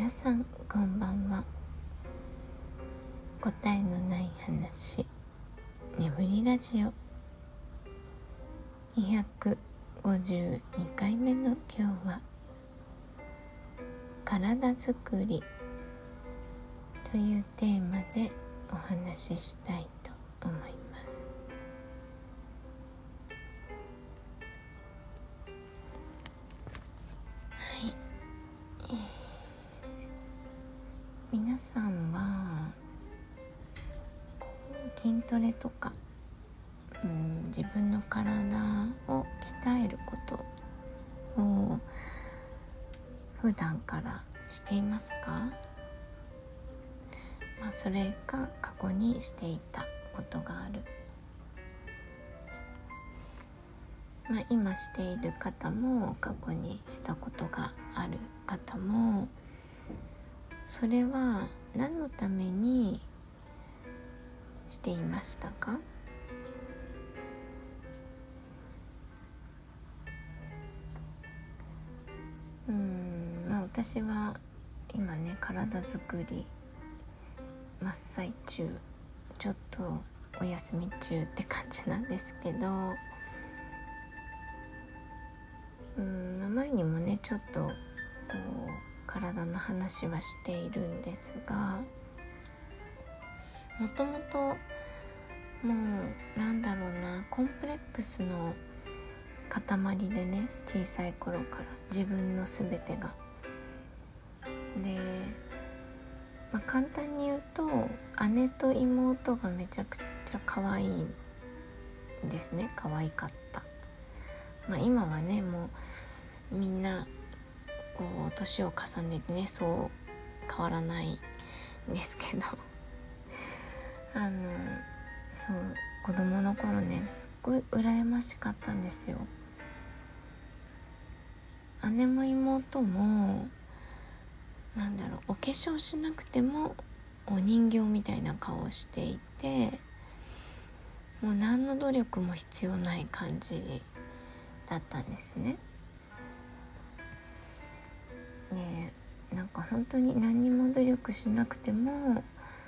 皆さんこんばんは。答えのない話、眠りラジオ252回目の今日は、体づくりというテーマでお話ししたいと思います。はい、皆さんは筋トレとか、自分の体を鍛えることを普段からしていますか？それか過去にしていたことがある、今している方も過去にしたことがある方も、それは何のためにしていましたか？私は今ね、体づくり真っ最中、ちょっとお休み中って感じなんですけど、前にもねちょっと体の話はしているんですが、もともともうコンプレックスの塊でね、小さい頃から自分の全てがで、簡単に言うと姉と妹がめちゃくちゃ可愛いんですね。可愛かった。今はねもうみんな年を重ねてね、そう変わらないんですけどそう子供の頃ね、すっごい羨ましかったんですよ。姉も妹もお化粧しなくてもお人形みたいな顔をしていて、もう何の努力も必要ない感じだったんですね。で、本当に何にも努力しなくても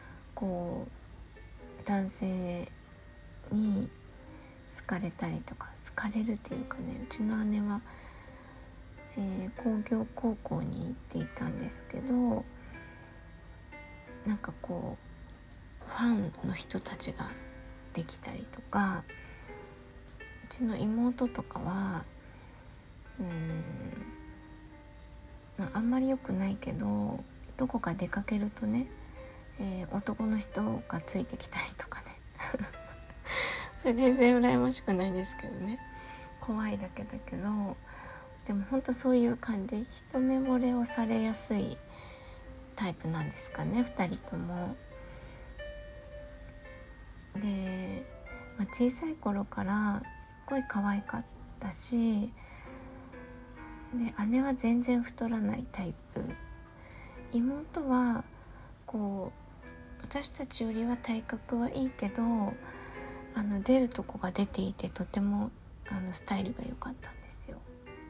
男性に好かれたりとか、好かれるというかね、うちの姉は工業高校に行っていたんですけど、ファンの人たちができたりとか、うちの妹とかはあんまり良くないけど、どこか出かけるとね、男の人がついてきたりとかねそれ全然羨ましくないんですけどね、怖いだけだけど、でも本当そういう感じ、一目惚れをされやすいタイプなんですかね、2人とも。で、小さい頃からすっごい可愛かったし、で姉は全然太らないタイプ、妹は私たちよりは体格はいいけど出るとこが出ていて、とてもスタイルが良かったんですよ。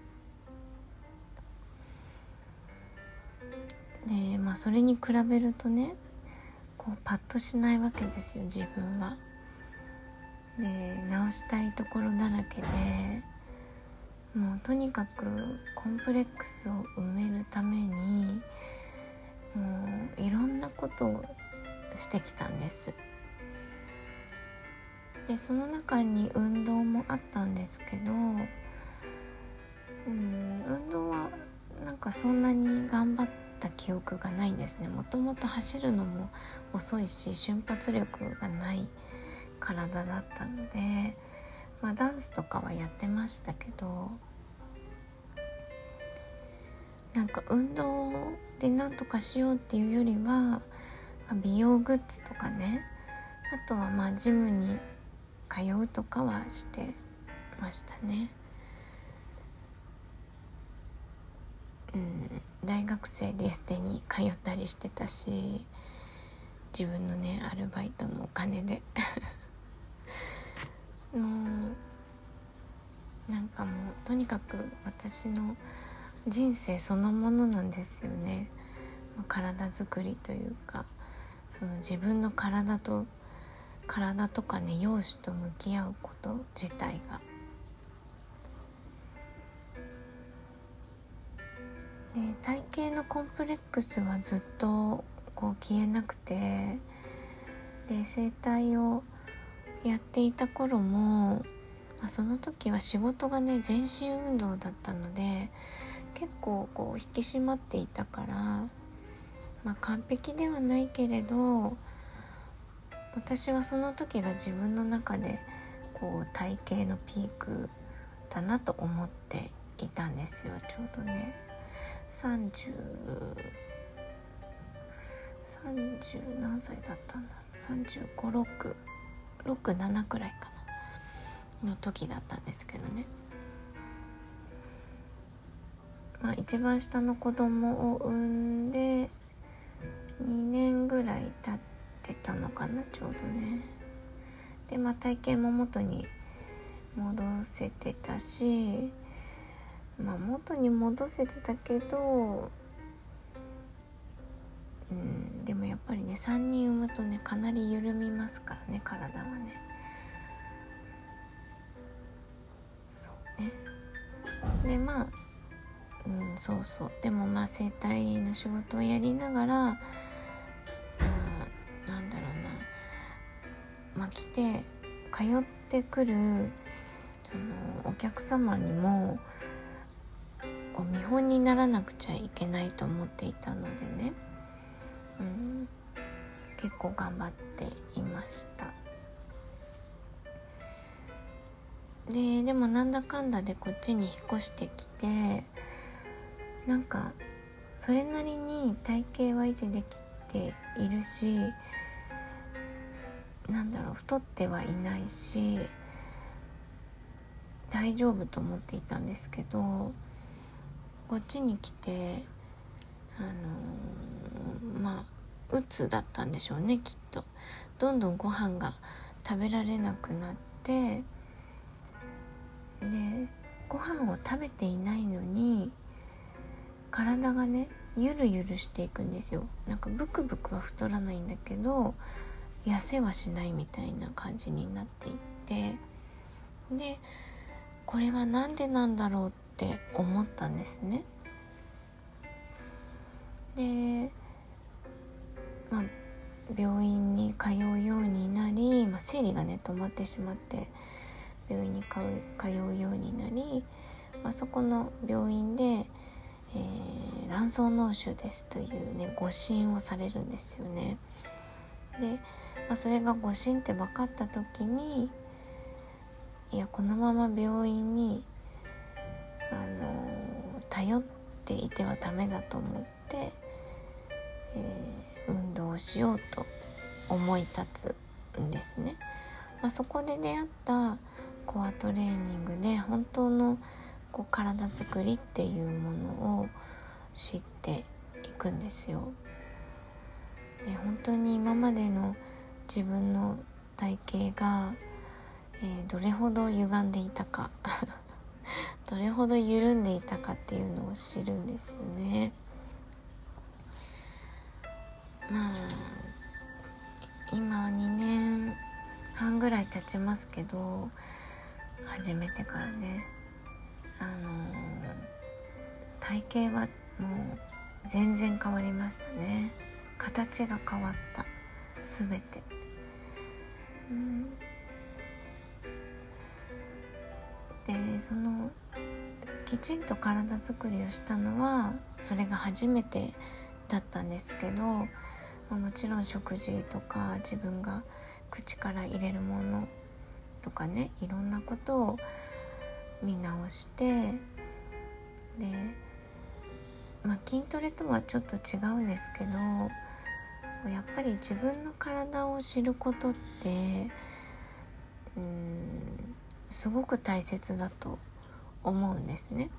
で、それに比べるとね、パッとしないわけですよ、自分は。で、直したいところだらけで、もうとにかくコンプレックスを埋めるためにもういろんなことをしてきたんです。で、その中に運動もあったんですけど、運動はそんなに頑張った記憶がないんですね。もともと走るのも遅いし、瞬発力がない体だったので、ダンスとかはやってましたけど、運動でなんとかしようっていうよりは、美容グッズとかね、あとはジムに通うとかはしてましたね。大学生でエステに通ったりしてたし、自分のねアルバイトのお金でもうとにかく私の人生そのものなんですよね。 体作りというか、その自分の体とかね、容姿と向き合うこと自体が、体型のコンプレックスはずっとこう消えなくて、で整体をやっていた頃も、その時は仕事がね全身運動だったので結構こう引き締まっていたから、完璧ではないけれど、私はその時が自分の中でこう体型のピークだなと思っていたんですよ。ちょうどね30何歳だったんだ、35、6、7くらいかなの時だったんですけどね。一番下の子供を産んで2年ぐらい経ってたのかな、ちょうどね。で体型も元に戻せてたし、元に戻せてたけど、でもやっぱりね3人産むとねかなり緩みますからね、体はね。そうね。ででも整体の仕事をやりながら、来て通ってくるそのお客様にもこう見本にならなくちゃいけないと思っていたのでね、結構頑張っていました。でもなんだかんだでこっちに引っ越してきて、それなりに体型は維持できているし、太ってはいないし大丈夫と思っていたんですけど、こっちに来てうつだったんでしょうね、きっと。どんどんご飯が食べられなくなって、でご飯を食べていないのに体がねゆるゆるしていくんですよ。ブクブクは太らないんだけど痩せはしないみたいな感じになっていって、でこれはなんでなんだろうって思ったんですね。で病院に通うようになり、生理がね止まってしまって病院に通うようになり、そこの病院で、卵巣脳腫ですというね誤診をされるんですよね。で、それが誤診って分かった時に、このまま病院に頼っていてはダメだと思って、運動をしようと思い立つんですね。そこで出会ったコアトレーニングで本当の体作りっていうものを知っていくんですよ。で本当に今までの自分の体型が、どれほど歪んでいたかどれほど緩んでいたかっていうのを知るんですよね。今2年半ぐらい経ちますけど、始めてからね体型はもう全然変わりましたね。形が変わった、すべて。できちんと体作りをしたのはそれが初めてだったんですけど、もちろん食事とか自分が口から入れるものとかね、いろんなことを見直して、で筋トレとはちょっと違うんですけど、やっぱり自分の体を知ることってすごく大切だと思うんですね。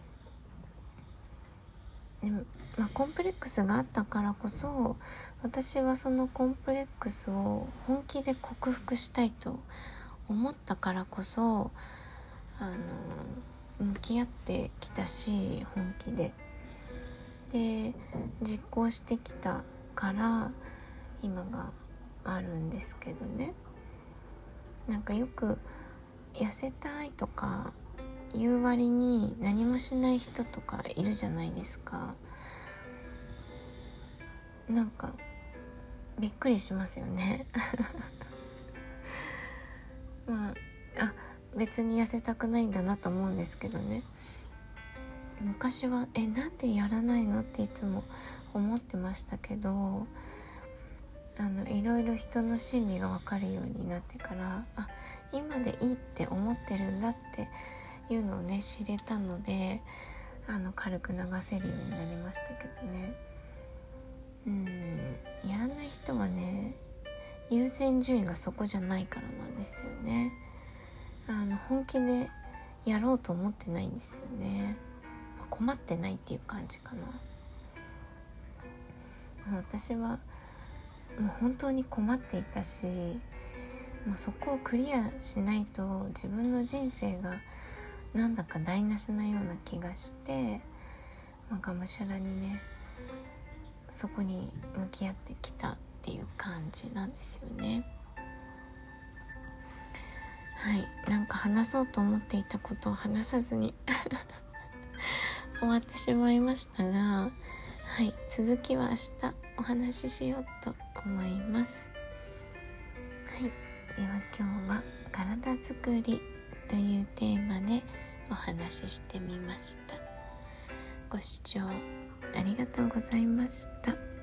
でコンプレックスがあったからこそ、私はそのコンプレックスを本気で克服したいと思ったからこそ向き合ってきたし、本気でで実行してきたから今があるんですけどね。なんかよく痩せたいとか言う割に何もしない人とかいるじゃないですか。なんかびっくりしますよねまあ別に痩せたくないんだなと思うんですけどね。昔はなんでやらないのっていつも思ってましたけど、いろいろ人の心理が分かるようになってから、今でいいって思ってるんだっていうのをね知れたので、軽く流せるようになりましたけどね。やらない人はね優先順位がそこじゃないからなんですよね。本気でやろうと思ってないんですよね。困ってないっていう感じかな。私はもう本当に困っていたし、もうそこをクリアしないと自分の人生がなんだか台無しなような気がして、がむしゃらにねそこに向き合ってきたっていう感じなんですよね。はい、なんか話そうと思っていたことを話さずに終わってしまいましたが、はい、続きは明日お話ししようと思います。はい、では今日は体づくりというテーマでお話ししてみました。ご視聴ありがとうございました。